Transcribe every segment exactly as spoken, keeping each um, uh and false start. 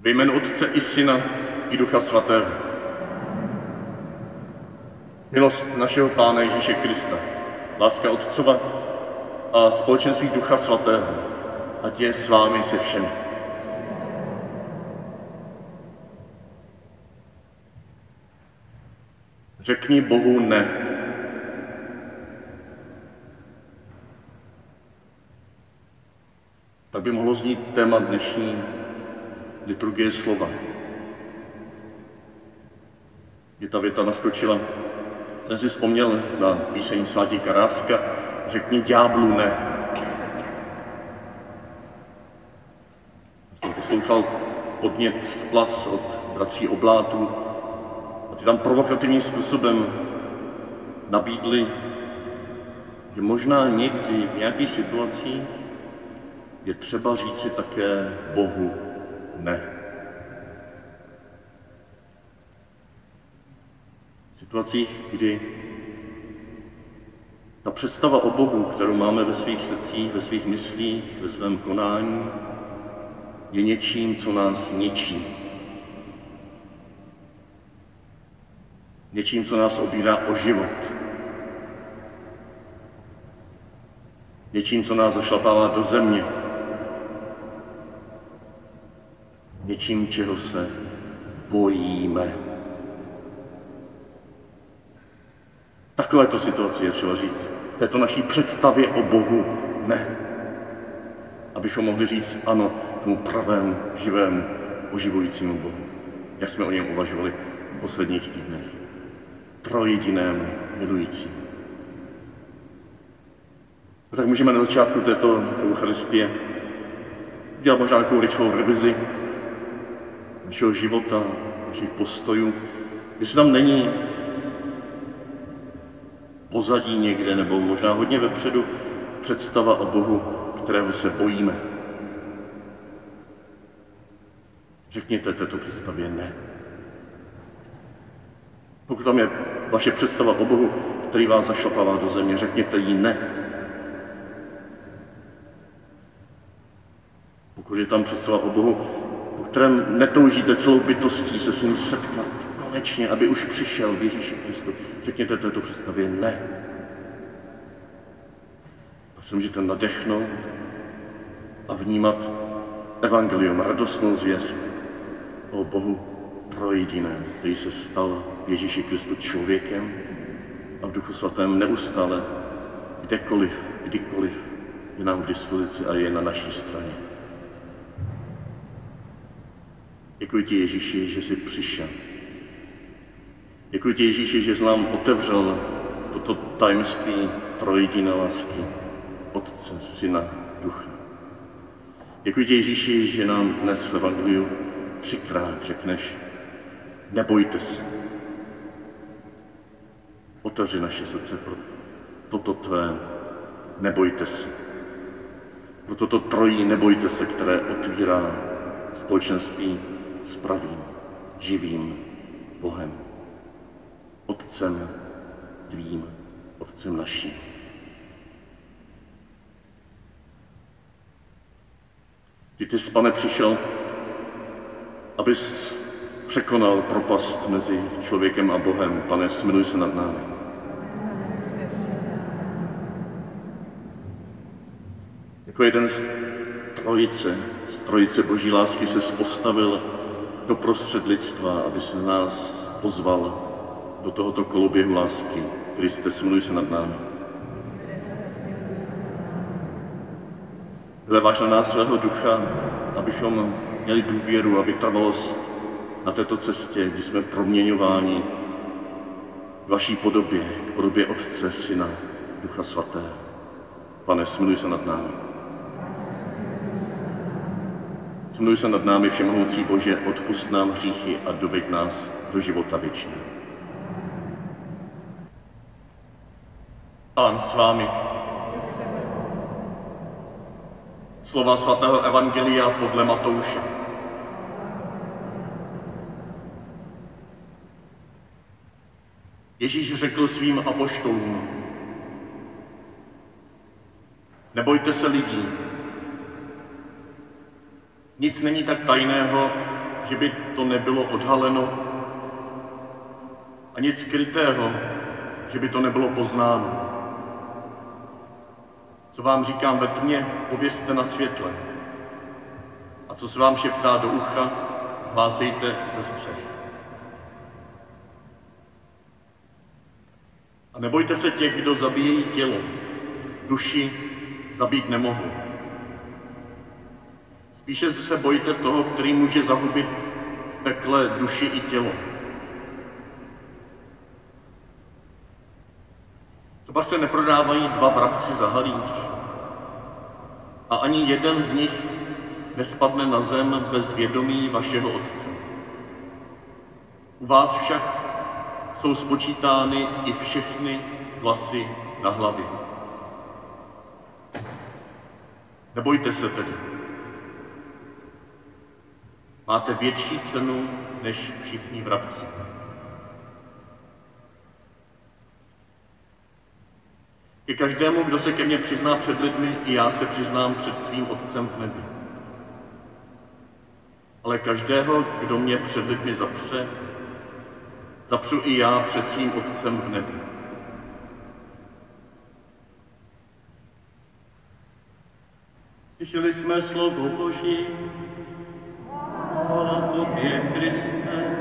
Ve jménu Otce i Syna i Ducha Svatého. Milost našeho Pána Ježíše Krista, láska Otcova a společenství Ducha Svatého, ať je s vámi se všemi. Řekni Bohu ne. Tak by mohlo znít téma dnešní liturgie slova. Kdy ta věta naskočila, jsem si vzpomněl na píseň svatí Karáska, řekni ďáblu ne. Jsem poslouchal podnět Splas od bratří Oblátů a ty tam provokativním způsobem nabídli, že možná někdy v nějakých situacích je třeba říci také Bohu ne. V situacích, kdy ta představa o Bohu, kterou máme ve svých srdcích, ve svých myslích, ve svém konání, je něčím, co nás ničí. Něčím, co nás obírá o život. Něčím, co nás zašlapává do země. Něčím, čeho se bojíme. Takovéto situaci je třeba říct. Této naší představě o Bohu ne. Abychom mohli říct ano tomu pravému, živému, oživujícímu Bohu. Jak jsme o něm uvažovali v posledních týdnech. Trojjedinému, milujícímu. A tak můžeme na začátku této eucharistie dělat možná takovou rychlou revizi našeho života, našich postojů. Jestli tam není pozadí někde, nebo možná hodně vepředu, představa o Bohu, kterého se bojíme. Řekněte této představě ne. Pokud tam je vaše představa o Bohu, který vás zašlapává do země, řekněte jí ne. Pokud je tam představa o Bohu, po kterém netoužíte celou bytostí se s ním setkat, konečně, aby už přišel v Ježíši Kristu, řekněte této představě ne. A se můžete nadechnout a vnímat evangelium, radostnou zvěst o Bohu trojjediném, který se stal v Ježíši Kristu člověkem a v Duchu Svatém neustále, kdekoliv, kdykoliv je nám k dispozici a je na naší straně. Děkuji ti, Ježíši, že jsi přišel. Děkuji ti, Ježíši, že jsi nám otevřel toto tajemství trojjediné lásky Otce, Syna, Ducha. Děkuji ti, Ježíši, že nám dnes v evangeliu třikrát řekneš, nebojte se. Otevři naše srdce pro toto tvé nebojte se. Pro toto trojí nebojte se, které otvírá společenství s pravým, živým Bohem. Otcem tvým, Otcem naším. Ty ty jsi, Pane, přišel, abys překonal propast mezi člověkem a Bohem. Pane, smiluj se nad námi. Jako jeden z trojice, z trojice Boží lásky se postavil doprostřed lidstva, aby se nás pozval do tohoto koloběhu lásky. Kriste, smiluj se nad námi. Vleváš na nás svého ducha, abychom měli důvěru a vytrvalost na této cestě, kdy jsme proměňováni k vaší podobě, k podobě Otce, Syna, Ducha Svatého. Pane, smiluj se nad námi. Smiluj se nad námi, všemohoucí Bože, odpusť nám hříchy a doveď nás do života věčného. Pán s vámi. Slova svatého evangelia podle Matouše. Ježíš řekl svým apoštolům, nebojte se lidí, Nic není tak tajného, že by to nebylo odhaleno, a nic skrytého, že by to nebylo poznáno. Co vám říkám ve tmě, povězte na světle. A co se vám šeptá do ucha, hlásejte ze střech. A nebojte se těch, kdo zabíjejí tělo, duši zabít nemohou. Spíše se bojte toho, který může zahubit v pekle duši i tělo. Copak se neprodávají dva vrabci za halíř a ani jeden z nich nespadne na zem bez vědomí vašeho Otce. U vás však jsou spočítány i všechny vlasy na hlavě. Nebojte se tedy. Máte větší cenu než všichni vrabci. Ke každému, kdo se ke mně přizná před lidmi, i já se přiznám před svým Otcem v nebi. Ale každého, kdo mě před lidmi zapře, zapřu i já před svým Otcem v nebi. Slyšeli jsme slovo Boží, chvála tobě, Kriste.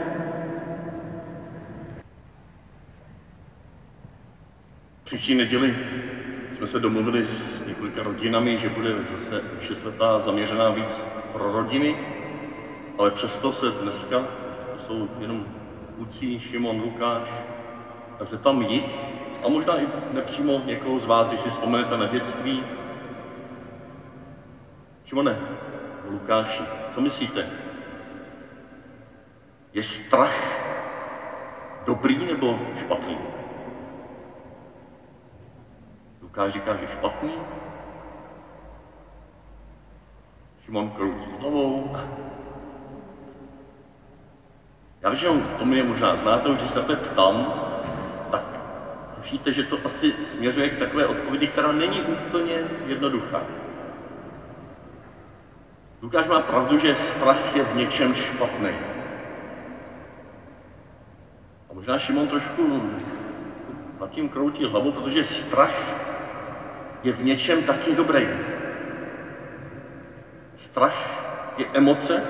Příští neděli jsme se domluvili s několika rodinami, že bude zase mše svatá zaměřená víc pro rodiny, ale přesto se dneska, to jsou jenom kluci Šimon, Lukáš, takže tam jich, a možná i nepřímo někoho z vás, když si vzpomenete na dětství. Šimone, Lukáši, co myslíte? Je strach dobrý nebo špatný? Lukáš říká, že špatný. Šimon kroutí hlavou. Já vím, že to mě možná znáte, už když se ptám, tak tušíte, že to asi směřuje k takové odpovědi, která není úplně jednoduchá. Lukáš má pravdu, že strach je v něčem špatný. A možná Šimon trošku nad tím kroutí hlavu, protože strach je v něčem taky dobrý. Strach je emoce,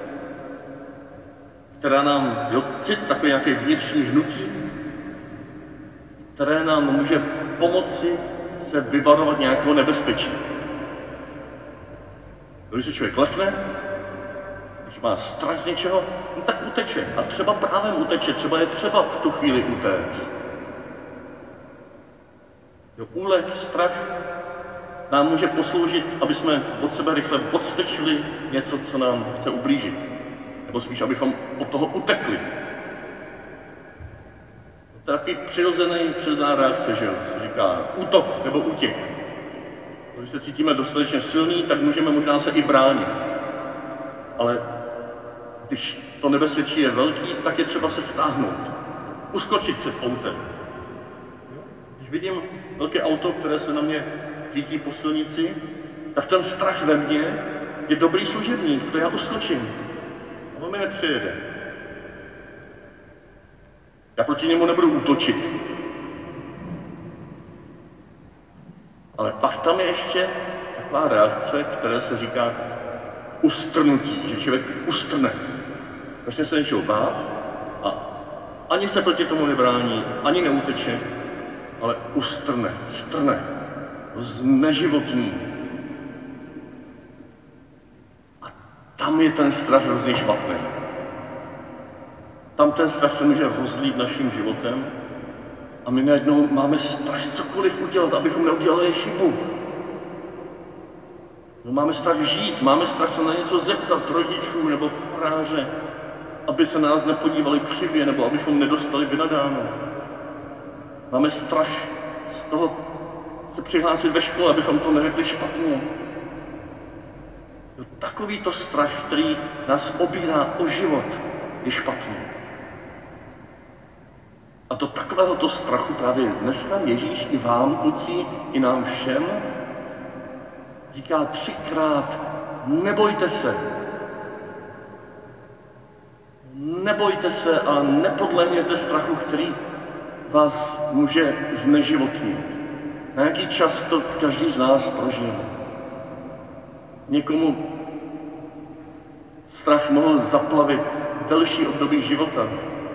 která nám, jo, cit, takový nějaký vnitřní hnutí, které nám může pomoci se vyvarovat nějakého nebezpečí. Když se člověk lekne, když má strach z něčeho, no tak uteče. A třeba právě uteče, třeba je třeba v tu chvíli utéct. Jo, úlek, strach nám může posloužit, aby jsme od sebe rychle odstečili něco, co nám chce ublížit. Nebo spíš, abychom od toho utekli. To je takový přirozený, přirozená reakce, že jo, se říká útok nebo útěk. Když se cítíme dostatečně silný, tak můžeme možná se i bránit. Ale když to nebezpečí je velký, tak je třeba se stáhnout. Uskočit před autem. Když vidím velké auto, které se na mě řítí po silnici, tak ten strach ve mně je dobrý služebník, protože já uskočím. A on mi nepřejede. Já proti němu nebudu útočit. Ale pak tam je ještě taková reakce, která se říká ustrnutí, že člověk ustrne. Začne se něčeho bát a ani se proti tomu nebrání, ani neuteče, ale ustrne, strne, zneživotní. A tam je ten strach hrozně špatný. Tam ten strach se může rozlít naším životem a my najednou máme strach cokoliv udělat, abychom neudělali chybu. No, máme strach žít, máme strach se na něco zeptat rodičů nebo faráře, aby se na nás nepodívali křivě nebo abychom nedostali vynadáno. Máme strach z toho se přihlásit ve škole, abychom to neřekli špatně. No, takovýto strach, který nás obírá o život, je špatný. A do takovéhoto strachu právě dneska Ježíš i vám, kluci, i nám všem říká třikrát, nebojte se. Nebojte se a nepodlehněte strachu, který vás může zneživotnit. Na jaký čas to každý z nás prožil. Někomu strach mohl zaplavit delší období života.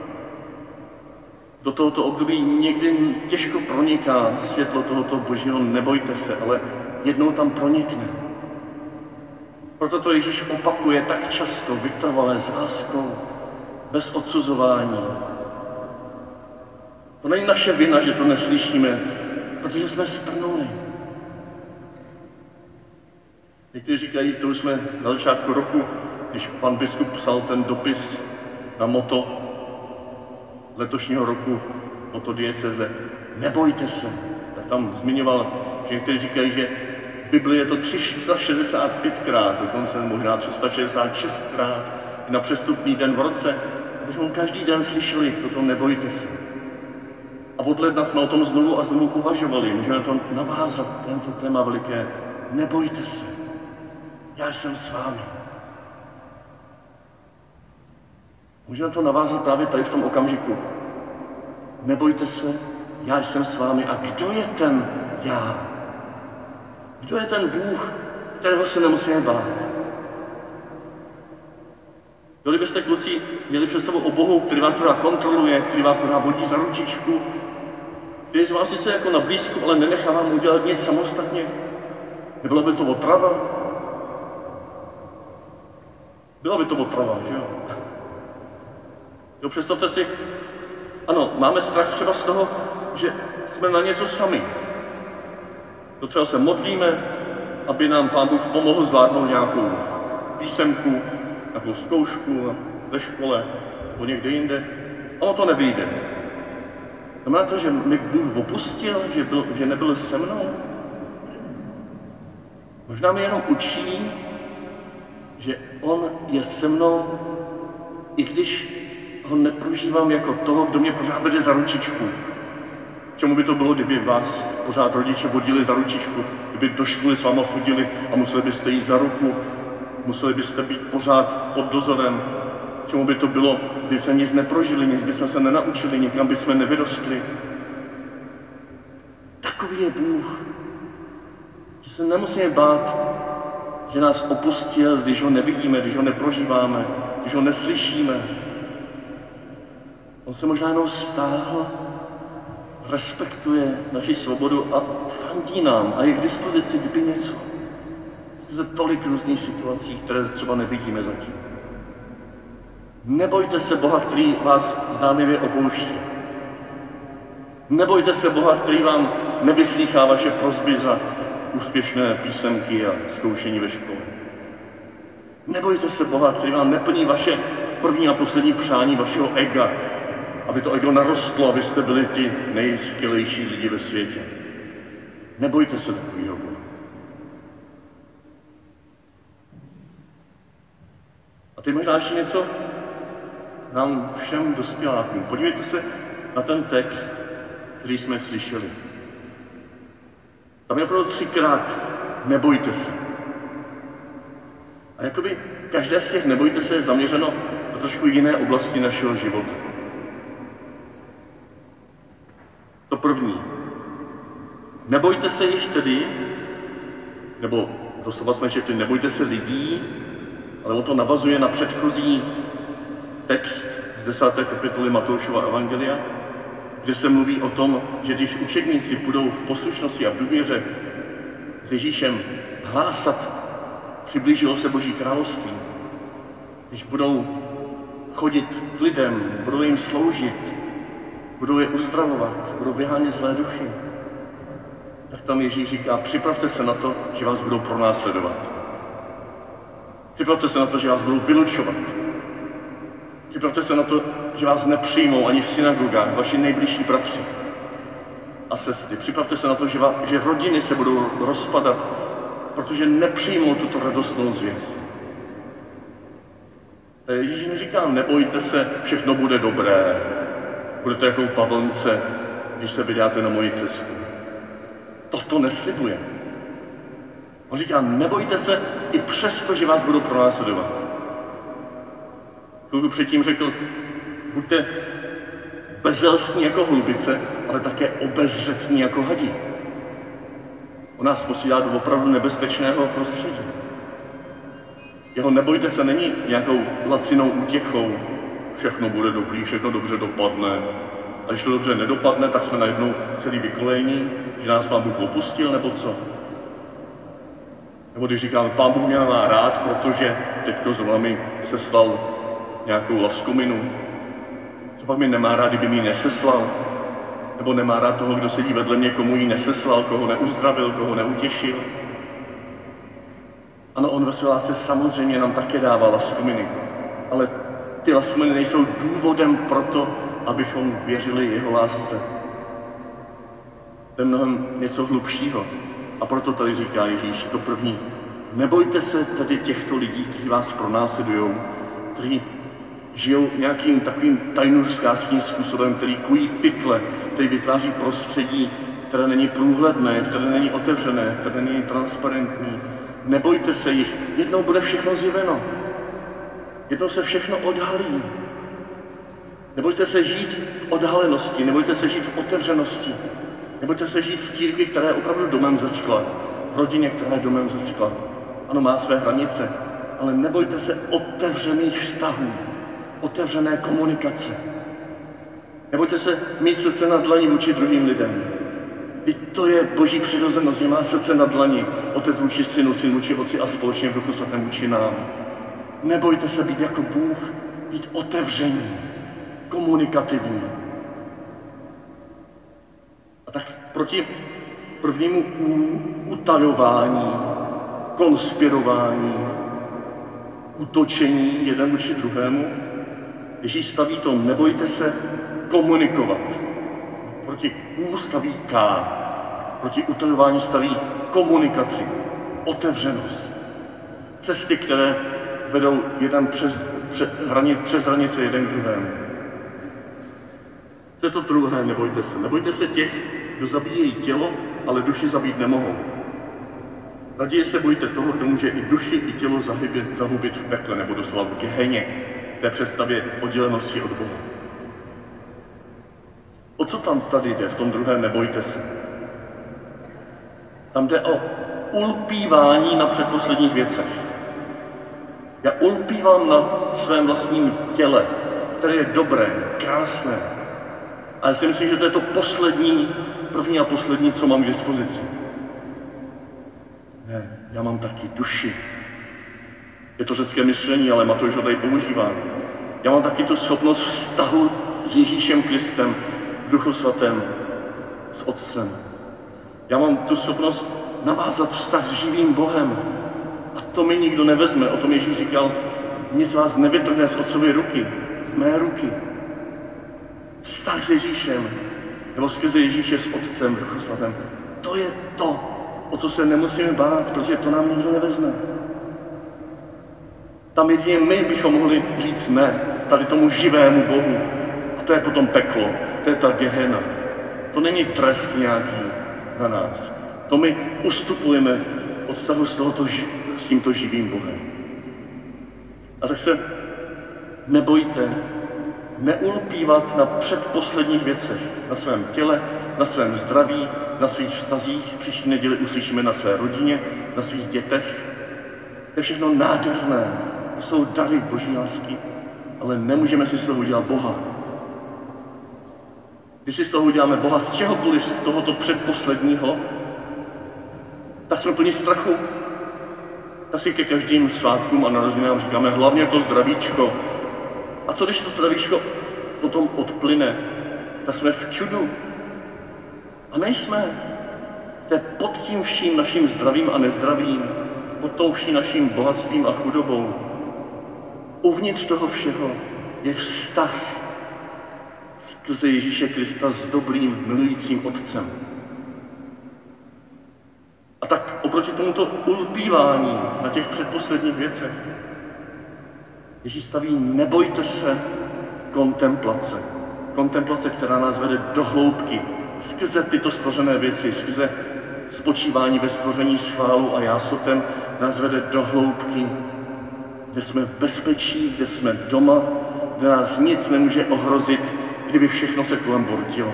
Do tohoto období někdy těžko proniká světlo tohoto božího nebojte se, ale jednou tam pronikne. Proto to Ježíš opakuje tak často, vytrvale, s láskou, bez odsuzování. To není naše vina, že to neslyšíme, protože jsme strnuli. Někteří říkají, to už jsme na začátku roku, když pan biskup psal ten dopis na moto letošního roku, moto diecéze, nebojte se. Tak tam zmiňoval, že někteří říkají, že v Bibli je to tři sta šedesát pětkrát, dokonce možná tři sta šedesát šestkrát na přestupný den v roce, abychom každý den slyšeli toto nebojte se. A od ledna jsme o tom znovu a znovu uvažovali, můžeme to navázat, tento téma veliké, nebojte se, já jsem s vámi. Můžeme to navázat právě tady v tom okamžiku. Nebojte se, já jsem s vámi. A kdo je ten já? Kdo je ten Bůh, kterého se nemusíme bát? Kdybyste, kluci, měli představu o Bohu, který vás pořád kontroluje, který vás pořád vodí za ručičku, který z vás sice jako na blízku, ale nenechá vám udělat nic samostatně, nebyla by to otrava? Byla by to otrava, že jo? Jo, představte si, ano, máme strach třeba z toho, že jsme na něco sami. To třeba se modlíme, aby nám Pán Bůh pomohl zvládnout nějakou písemku, nějakou zkoušku ve škole nebo někde jinde. A ono to nevyjde. Znamená to, že mě Bůh opustil, že, byl, že nebyl se mnou? Možná mě jenom učí, že on je se mnou, i když ho neprožívám jako toho, kdo mě pořád vede za ručičku. Čemu by to bylo, kdyby vás pořád rodiče vodili za ručičku, kdyby do školy s váma chodili a museli byste jít za ruku, museli byste být pořád pod dozorem. Čemu by to bylo, kdyby jsme nic neprožili, nic bychom se nenaučili, nikam bychom nevyrostli. Takový je Bůh, že se nemusíme bát, že nás opustil, když ho nevidíme, když ho neprožíváme, když ho neslyšíme. On se možná jenom stáhl, respektuje naši svobodu a fandí nám a je k dispozici, kdyby něco. Je tolik různých situací, které třeba nevidíme zatím. Nebojte se Boha, který vás zdánlivě opouští. Nebojte se Boha, který vám nevyslýchá vaše prosby za úspěšné písemky a zkoušení ve škole. Nebojte se Boha, který vám neplní vaše první a poslední přání vašeho ega, aby to ego narostlo, abyste byli ti nejskvělejší lidi ve světě. Nebojte se takového Boha. A teď možná ještě něco nám všem dospělákům. Podívejte se na ten text, který jsme slyšeli. Tam je opravdu třikrát nebojte se. A jakoby každé z těch nebojte se je zaměřeno na trošku jiné oblasti našeho života. To první. Nebojte se jich tedy, nebo doslova jsme četli, nebojte se lidí, ale on to navazuje na předchozí text z desáté kapitoly Matoušova evangelia, kde se mluví o tom, že když učedníci budou v poslušnosti a v důvěře s Ježíšem hlásat, přiblížilo se Boží království, když budou chodit k lidem, budou jim sloužit, budou je uzdravovat, budou vyhánět zlé duchy, tak tam Ježíš říká, připravte se na to, že vás budou pronásledovat. Připravte se na to, že vás budou vylučovat. Připravte se na to, že vás nepřijmou ani v synagogách, vaši nejbližší bratři a sestry. Připravte se na to, že, va, že rodiny se budou rozpadat, protože nepřijmou tuto radostnou zvěst. Ježíš neříká, nebojte se, všechno bude dobré. Budete jako v bavlnce, když se vydáte na moji cestu. Toto neslibuje. On říká, nebojte se i přesto, že vás budou pronásledovat. Chvilku předtím řekl, buďte bezelstní jako holubice, ale také obezřetní jako hadi. On nás posílá do opravdu nebezpečného prostředí. Jeho nebojte se není nějakou lacinou útěchou. Všechno bude dobrý, všechno dobře dopadne. A když to dobře nedopadne, tak jsme najednou celý vykolejní, že nás Pán Bůh opustil, nebo co? Nebo když říkáme, Pán Bůh mě má rád, protože teďko zrovna mi seslal nějakou laskominu. Co pak mi nemá rád, kdyby mi ji neseslal? Nebo nemá rád toho, kdo sedí vedle mě, komu ji neseslal, koho neuzdravil, koho neutěšil? Ano, on ve své lásce samozřejmě nám také dává laskominy, ale ty laskominy nejsou důvodem pro to, abychom věřili jeho lásce. To je mnohem něco hlubšího. A proto tady říká Ježíš to první. Nebojte se tedy těchto lidí, kteří vás pronásledují, kteří žijou nějakým takovým tajnůřskářským způsobem, který kují pytle, který vytváří prostředí, které není průhledné, které není otevřené, které není transparentní. Nebojte se jich, jednou bude všechno zjeveno. Jednou se všechno odhalí. Nebojte se žít v odhalenosti, nebojte se žít v otevřenosti. Nebojte se žít v církvi, která je opravdu domem ze skla. V rodině, která je domem ze skla. Ano, má své hranice, ale nebojte se otevřených vztahů, otevřené komunikace. Nebojte se mít srdce na dlani vůči druhým lidem. I to je boží přirozenost, že má srdce na dlani, otec vůči synu, syn vůči otci a společně v Duchu Svatém vůči nám. Nebojte se být jako Bůh, být otevření, komunikativní. A tak proti prvnímu utajování, konspirování, útočení jeden vůči druhému, Ježíš staví to, nebojte se komunikovat. Proti U staví K, proti utajování staví komunikaci, otevřenost. Cesty, které vedou jeden přes, přes, hranic, přes hranice jeden k druhému. Co je to druhé, nebojte se. Nebojte se těch, kdo zabíjejí tělo, ale duši zabít nemohou. Raději se bojte toho, kdo může i duši, i tělo zahubit, zahubit v pekle, nebo doslova v geheně, té představě oddělenosti od Boha. O co tam tady jde v tom druhém nebojte se? Tam jde o ulpívání na předposledních věcech. Já ulpívám na svém vlastním těle, které je dobré, krásné. A já si myslím, že to je to poslední, první a poslední, co mám k dispozici. Ne, já mám taky duši. Je to řecké myšlení, ale Matouš ho tady používá. Já mám taky tu schopnost vztahu s Ježíšem Kristem, v Duchu Svatém, s Otcem. Já mám tu schopnost navázat vztah s živým Bohem. A to mi nikdo nevezme. O tom Ježíš říkal, nic vás nevytrhne z Otcovy ruky, z mé ruky. Vztah s Ježíšem, nebo skrze Ježíše s Otcem, v Duchu Svatém. To je to, o co se nemusíme bát, protože to nám nikdo nevezme. Tam jedině my bychom mohli říct ne, tady tomu živému Bohu. A to je potom peklo, to je ta gehena. To není trest nějaký na nás. To my ustupujeme od stavu s, tohoto, s tímto živým Bohem. A tak se nebojte neulpívat na předposledních věcech, na svém těle, na svém zdraví, na svých vztazích. Příští neděli uslyšíme na své rodině, na svých dětech. To je všechno nádherné. To jsou dary boží lásky, ale nemůžeme si z toho udělat Boha. Když si z toho uděláme Boha, z čehokoliv z tohoto předposledního, tak jsme plní strachu. Tak si ke každým svátkům a narozeninám říkáme hlavně to zdravíčko. A co když to zdravíčko potom odplyne? Tak jsme v čudu. A nejsme. To je pod tím vším naším zdravím a nezdravím, pod tou vším naším bohatstvím a chudobou. Uvnitř toho všeho je vztah skrze Ježíše Krista s dobrým, milujícím Otcem. A tak oproti tomuto ulpívání na těch předposledních věcech Ježíš staví nebojte se kontemplace. Kontemplace, která nás vede do hloubky skrze tyto stvořené věci, skrze spočívání ve stvoření s chválou a jásotem nás vede do hloubky kde jsme v bezpečí, kde jsme doma, kde nás nic nemůže ohrozit, kdyby všechno se kolem bortilo.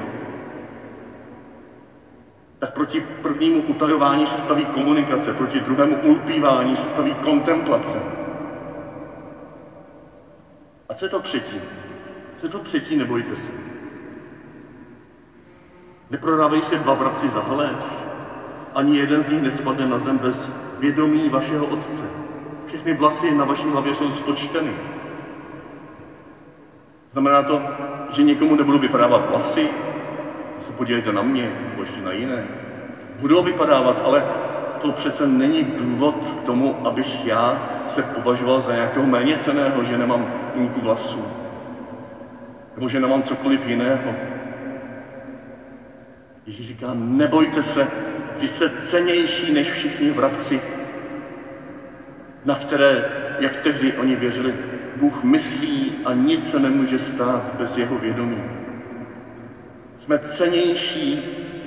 Tak proti prvnímu utajování se staví komunikace, proti druhému ulpívání se staví kontemplace. A co je to třetí? Co je to třetí, nebojte se. Neprodávají se dva vrabci za haléř, ani jeden z nich nespadne na zem bez vědomí vašeho Otce. Všechny vlasy na vaší hlavě jsou spočteny. Znamená to, že někomu nebudu vypadávat vlasy? Se podívejte na mě, nebo ještě na jiné. Budou vypadávat, ale to přece není důvod k tomu, abych já se považoval za nějakého méněcenného, že nemám půlku vlasů. Nebo že nemám cokoliv jiného. Ježíš říká, nebojte se, vy jste cennější než všichni vrabci, na které, jak tehdy oni věřili, Bůh myslí a nic se nemůže stát bez jeho vědomí. Jsme cennější.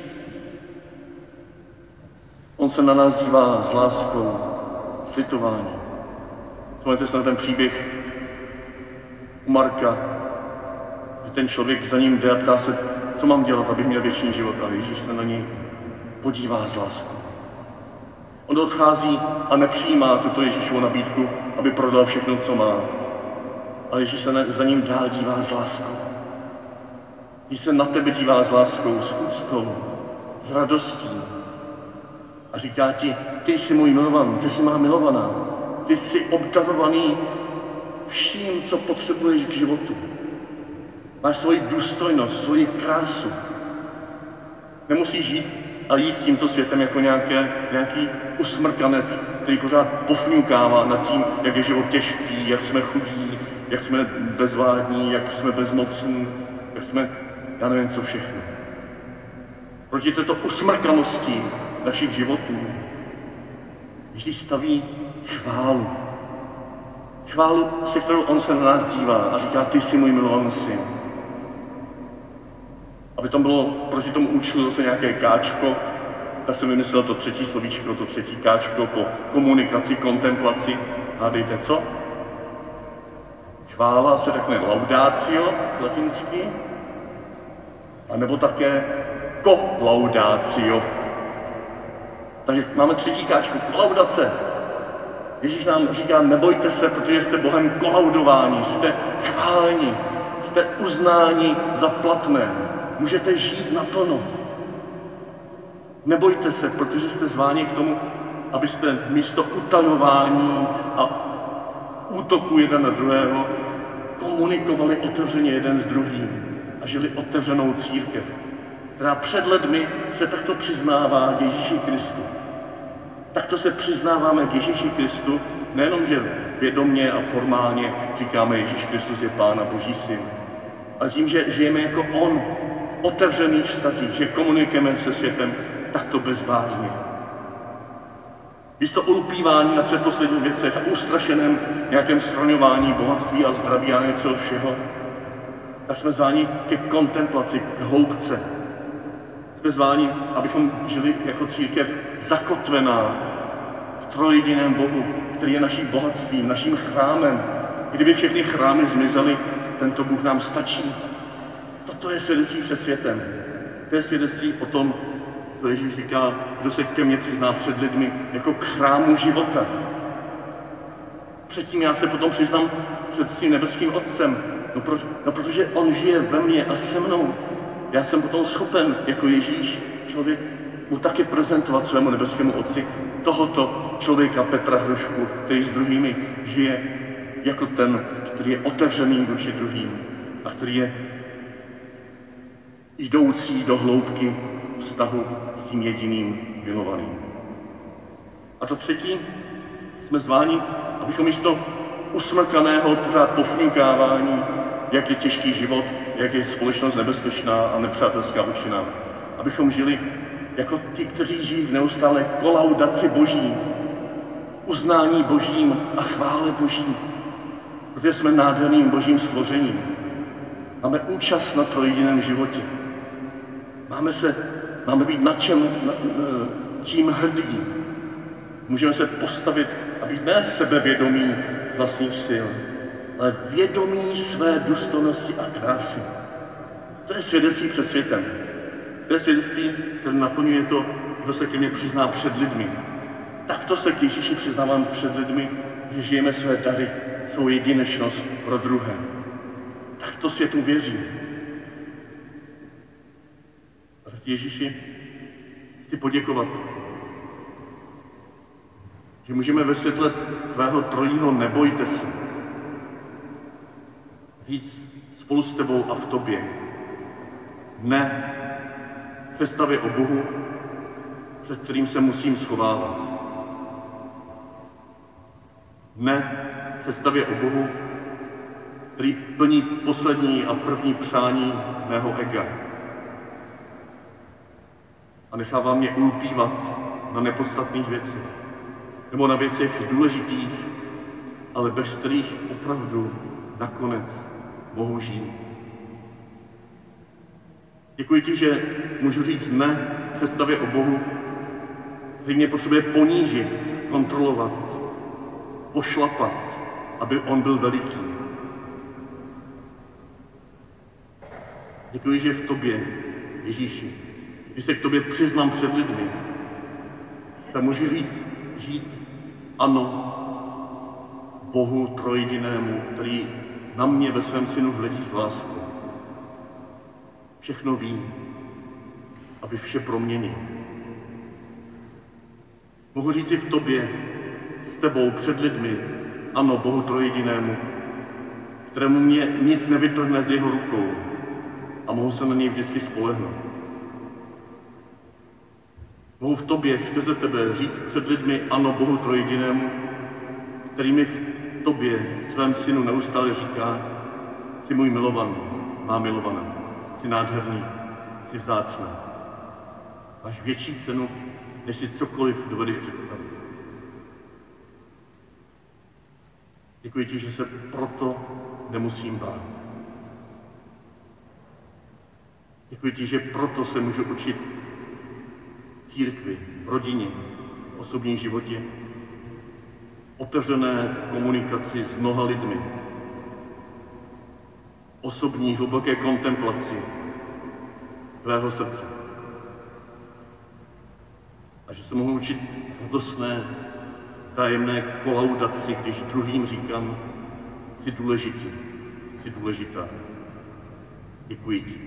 On se na nás dívá s láskou, s litováním. Vzpomeňte se na ten příběh u Marka, že ten člověk za ním jde a ptá se, co mám dělat, abych měl věčný život. A Ježíš se na něj podívá s láskou. On odchází a nepřijímá tuto Ježíšovu nabídku, aby prodal všechno, co má. Ale Ježíš se za ním dál dívá s láskou. Ježíš se na tebe dívá s láskou, s úctou, s radostí. A říká ti, ty jsi můj milovaný, ty jsi má milovaná. Ty jsi obdarovaný vším, co potřebuješ k životu. Máš svoji důstojnost, svoji krásu. Nemusíš žít a jít tímto světem jako nějaké, nějaký usmrkanec, který pořád pofňukává nad tím, jak je život těžký, jak jsme chudí, jak jsme bezvládní, jak jsme bezmocní, jak jsme, já nevím co všechno. Proti této usmrkanosti našich životů Ježíš staví chválu. Chválu, se kterou on se na nás dívá a říká, ty jsi můj milovaný syn. Aby tam bylo proti tomu účelu zase nějaké káčko, tak jsem vymyslel to třetí slovíčko, to třetí káčko po komunikaci, kontemplaci. Hádejte co? Chvála se řekne laudatio latinsky, anebo také kolaudatio. Takže máme třetí káčku, kolaudace. Ježíš nám říká, nebojte se, protože jste Bohem kolaudováni, jste chváleni, jste uznáni za platné. Můžete žít naplno. Nebojte se, protože jste zváni k tomu, abyste místo utajování a útoku jeden na druhého komunikovali otevřeně jeden s druhým a žili otevřenou církev, která před lidmi se takto přiznává k Ježíši Kristu. Takto se přiznáváme k Ježíši Kristu, nejenom, že vědomně a formálně říkáme, Ježíš Kristus je Pán a Boží syn, ale tím, že žijeme jako On, v otevřených vztazích, že komunikujeme se světem takto bezvázně. Místo ulpívání na předposledních věcech a ustrašeném nějakém schraňování bohatství a zdraví a něco všeho, tak jsme zváni ke kontemplaci, k hloubce. Jsme zváni, abychom žili jako církev zakotvená v trojjediném Bohu, který je naším bohatstvím, naším chrámem. Kdyby všechny chrámy zmizely, tento Bůh nám stačí. Toto je svědectví před světem. To je svědectví o tom, co Ježíš říká, kdo se ke mně přizná před lidmi jako k chrámu života. Předtím já se potom přiznám před svým nebeským Otcem, no, pro, no protože on žije ve mně a se mnou. Já jsem potom schopen, jako Ježíš, člověk, mu taky prezentovat svému nebeskému Otci tohoto člověka Petra Hrušku, který s druhými žije jako ten, který je otevřený vůči druhým a který je jdoucí do hloubky vztahu s tím jediným milovaným. A to třetí, jsme zváni, abychom místo usmrkaného pořád pofňukávání, jak je těžký život, jak je společnost nebezpečná a nepřátelská vůči nám, abychom žili jako ti, kteří žijí v neustále kolaudaci Boží, uznání Božím a chvále Boží, protože jsme nádherným Božím stvořením. Máme účast na trojjediném životě. Máme, se, máme být nad čem, na, tím hrdí. Můžeme se postavit a být ne sebevědomí z vlastních sil, ale vědomí své důstojnosti a krásy. To je svědectví před světem. To je svědectví, které naplňuje to, kdo se ke mně přizná před lidmi. Takto se k Ježíši přiznáváme před lidmi, že žijeme své dary, svou jedinečnost pro druhé. Takto světu věří. A tak Ježíši chci poděkovat, že můžeme ve světle tvého trojího nebojte se říct spolu s tebou a v tobě ne představě o Bohu, před kterým se musím schovávat. Ne představě o Bohu, který plní poslední a první přání mého ega a nechává mě ulpívat na nepodstatných věcech nebo na věcech důležitých, ale bez kterých opravdu nakonec mohu žít. Děkuji ti, že můžu říct ne představě o Bohu, který mě potřebuje ponížit, kontrolovat, pošlapat, aby on byl veliký. Děkuji, že v tobě, Ježíši, když se k tobě přiznám před lidmi, tak můžu říct, žít ano Bohu trojjedinému, který na mě ve svém synu hledí s láskou. Všechno ví, aby vše proměnil. Mohu říct si v tobě, s tebou, před lidmi, ano Bohu trojjedinému, kterému mě nic nevytrhne z jeho rukou a mohu se na něj vždycky spolehnout. Mohu v tobě, skrze tebe, říct před lidmi ano Bohu trojjedinému, který mi v tobě, svém synu, neustále říká, jsi můj milovaný, má milovaná, jsi nádherný, jsi vzácný. Máš větší cenu, než si cokoliv dovedeš představit. Děkuji ti, že se proto nemusím bát. Děkuji ti, že proto se můžu učit v církvi, v rodině, v osobním životě, otevřené komunikaci s mnoha lidmi, osobní hluboké kontemplaci tvého srdce. A že se mohu učit radostné, vzájemné kolaudaci, když druhým říkám, jsi důležitý, jsi důležitá. Děkuji ti.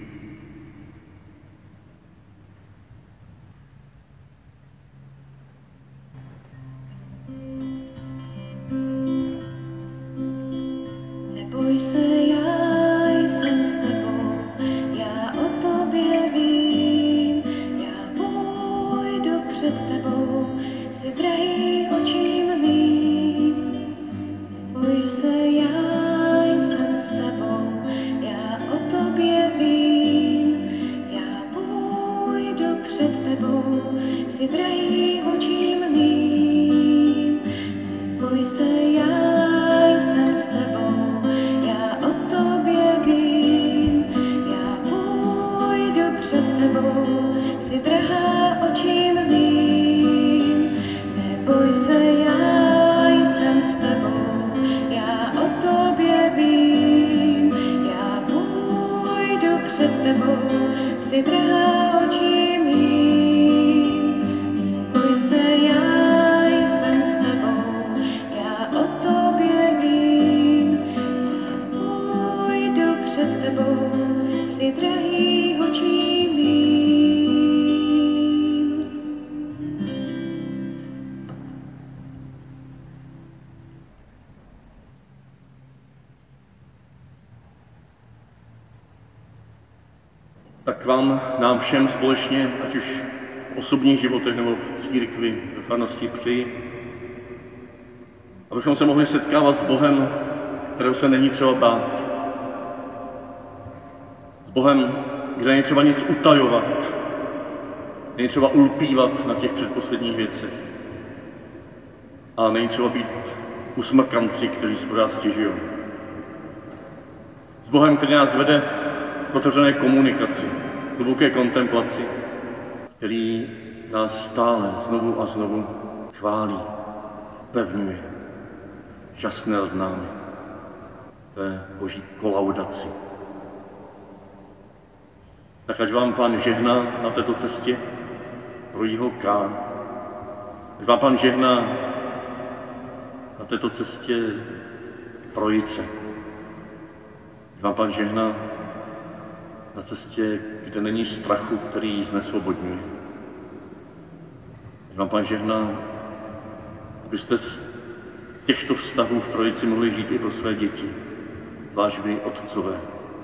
Neboj se, já jsem s tebou, já o tobě vím, já půjdu před tebou, jsi drahý očím mým. Neboj se, já jsem s tebou, já o tobě vím, já půjdu před tebou, jsi drahý očím mým. Neboj se, já jsem s tebou, já o tobě vím, já půjdu před tebou, jsi drahá očím mým. Neboj se, já jsem s tebou, já o tobě vím, já půjdu před tebou, jsi drahá očím mým. Neboj se, já jsem s tebou, já o tobě vím, já půjdu před tebou, jsi drahý očím mým. Tak vám, nám všem společně, ať už v osobních životech nebo v církvi, ve farnosti přeji, abychom se mohli setkávat s Bohem, kterého se není třeba bát. S Bohem, kde není třeba nic utajovat, není třeba ulpívat na těch předposledních věcech. A není třeba být usmrkanci, kteří si pořád stěžují. S Bohem, který nás vede k otevřené komunikaci, hluboké kontemplaci, který nás stále znovu a znovu chválí, pevňuje. žasne nad námi, té boží kolaudaci. Tak ať vám Pán žehná na této cestě pro Jihoká, ať vám Pán žehná na této cestě pro Jice, ať vám Pán žehná na cestě, kde není strachu, který znesvobodňuje. Ať vám Pán žehná, abyste z těchto vztahů v Trojici mohli žít i pro své děti, zvlášť vy otcové.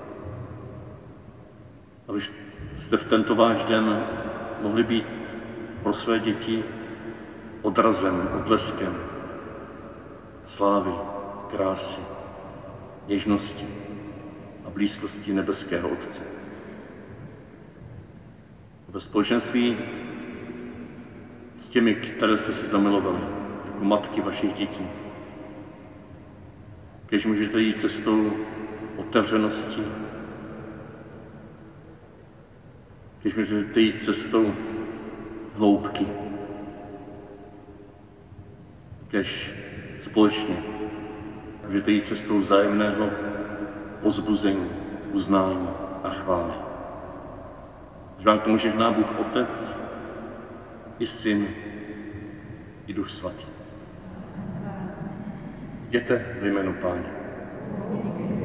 Abyste v tento váš den mohli být pro své děti odrazem, odleskem slávy, krásy, něžnosti a blízkosti nebeského Otce. Ve společenství s těmi, které jste si zamilovali, jako matky vašich dětí, když můžete jít cestou otevřenosti, když můžete jít cestou hloubky, když společně můžete jít cestou vzájemného povzbuzení, uznání a chvály. Že vám k tomu žehná Bůh Otec, i Syn, i Duch Svatý. Jděte ve jménu Páně.